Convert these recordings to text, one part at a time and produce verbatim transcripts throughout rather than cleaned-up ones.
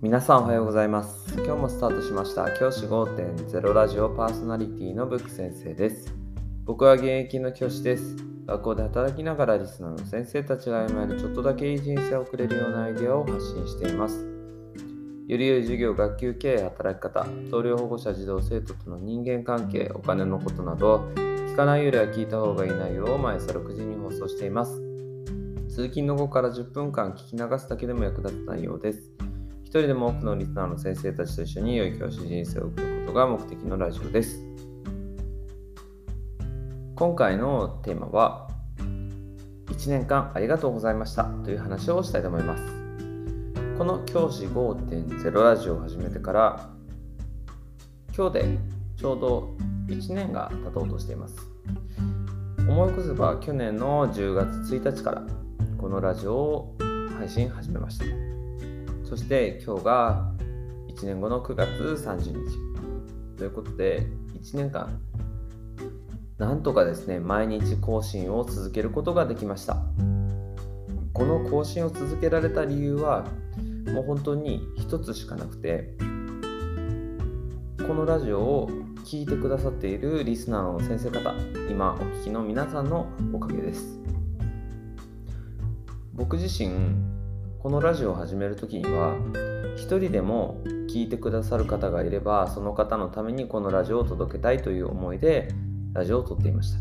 皆さんおはようございます。今日もスタートしました教師 ごてんゼロ ラジオパーソナリティのブック先生です。僕は現役の教師です。学校で働きながらリスナーの先生たちが歩めるちょっとだけいい人生を送れるようなアイデアを発信しています。より良い授業、学級経営、働き方、同僚、保護者、児童、生徒との人間関係、お金のことなど聞かないよりは聞いた方がいい内容を毎朝ろくじに放送しています。通勤の後からじゅっぷんかん聞き流すだけでも役立つ内容です。一人でも多くのリスナーの先生たちと一緒に良い教師人生を送ることが目的のラジオです。今回のテーマはいちねんかんありがとうございましたという話をしたいと思います。この教師 ごてんゼロ ラジオを始めてから今日でちょうどいちねんが経とうとしています。思い起こせば去年のじゅうがつついたちからこのラジオを配信始めました。そして今日がいちねんごのくがつさんじゅうにちということでいちねんかんなんとかですね毎日更新を続けることができました。この更新を続けられた理由はもう本当に一つしかなくて、このラジオを聞いてくださっているリスナーの先生方、今お聞きの皆さんのおかげです。僕自身このラジオを始めるときには一人でも聞いてくださる方がいればその方のためにこのラジオを届けたいという思いでラジオを撮っていました。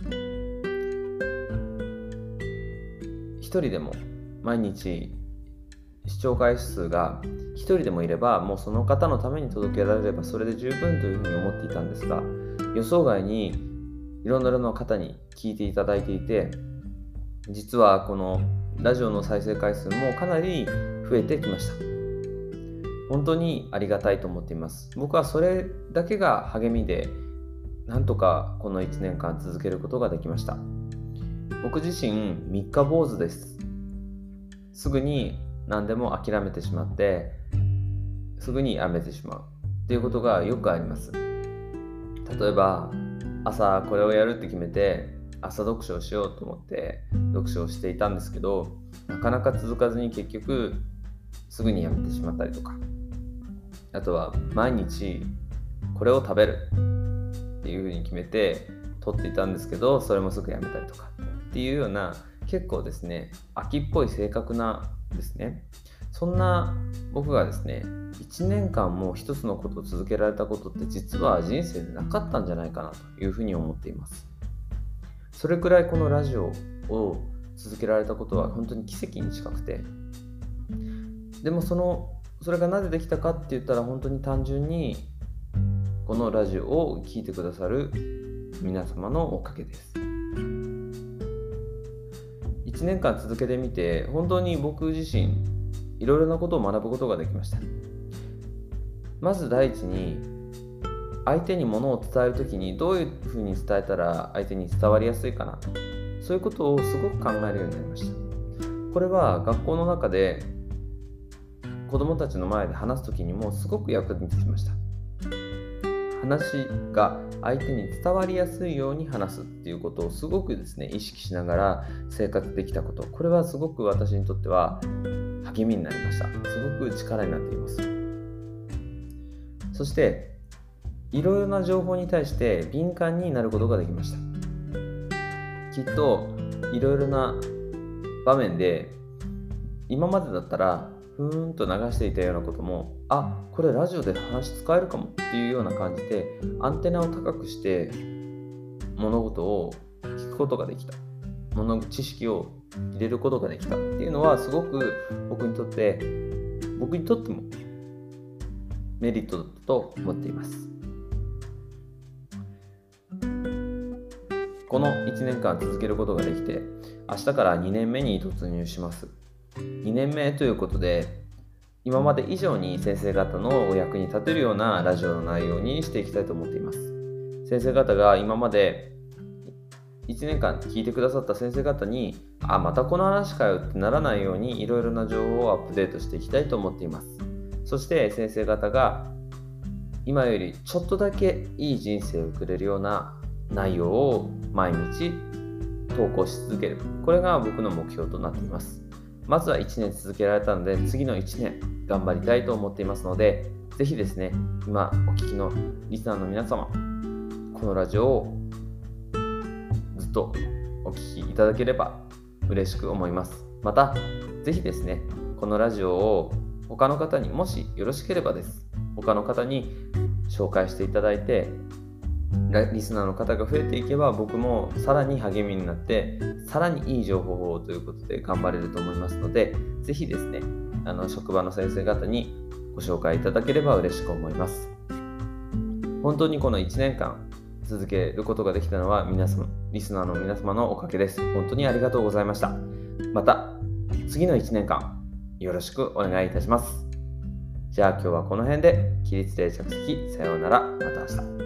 一人でも毎日視聴回数が一人でもいればもうその方のために届けられればそれで十分というふうに思っていたんですが、予想外にいろんな方に聞いていただいていて、実はこのラジオの再生回数もかなり増えてきました。本当にありがたいと思っています。僕はそれだけが励みでなんとかこのいちねんかん続けることができました。僕自身三日坊主です。すぐに何でも諦めてしまってすぐにやめてしまうっていうことがよくあります。例えば朝これをやるって決めて朝読書をしようと思って読書をしていたんですけど、なかなか続かずに結局すぐにやめてしまったりとか、あとは毎日これを食べるっていうふうに決めて取っていたんですけど、それもすぐやめたりとかっていうような結構ですね秋っぽい性格なんですね。そんな僕がですねいちねんかんも一つのことを続けられたことって実は人生でなかったんじゃないかなというふうに思っています。それくらいこのラジオを続けられたことは本当に奇跡に近くて、でもそのそれがなぜできたかって言ったら本当に単純にこのラジオを聞いてくださる皆様のおかげです。いちねんかん続けてみて本当に僕自身いろいろなことを学ぶことができました。まず第一に相手に物を伝えるときにどういうふうに伝えたら相手に伝わりやすいかな、そういうことをすごく考えるようになりました。これは学校の中で子どもたちの前で話すときにもすごく役に立ちました。話が相手に伝わりやすいように話すっていうことをすごくですね意識しながら生活できたこと、これはすごく私にとっては励みになりました。すごく力になっています。そしていろいろな情報に対して敏感になることができました。きっといろいろな場面で今までだったらふーんと流していたようなことも、あ、これラジオで話使えるかもっていうような感じでアンテナを高くして物事を聞くことができた、物知識を入れることができたっていうのはすごく僕にとって僕にとってもメリットだったと思っています。このいちねんかん続けることができて明日からにねんめに突入します。にねんめということで今まで以上に先生方のお役に立てるようなラジオの内容にしていきたいと思っています。先生方が今までいちねんかん聞いてくださった先生方にあ、またこの話かよってならないようにいろいろな情報をアップデートしていきたいと思っています。そして先生方が今よりちょっとだけいい人生を送れるような内容を毎日投稿し続ける、これが僕の目標となっています。まずはいちねん続けられたので次のいちねん頑張りたいと思っていますので、ぜひですね、今お聞きのリスナーの皆様、このラジオをずっとお聞きいただければ嬉しく思います。また、ぜひですね、このラジオを他の方にもしよろしければです、他の方に紹介していただいて、リスナーの方が増えていけば、僕もさらに励みになって、さらにいい情報をということで頑張れると思いますので、ぜひですね、あの職場の先生方にご紹介いただければ嬉しく思います。本当にこのいちねんかん続けることができたのは皆様、リスナーの皆様のおかげです。本当にありがとうございました。また次のいちねんかんよろしくお願いいたします。じゃあ今日はこの辺で起立例着席、さようなら、また明日。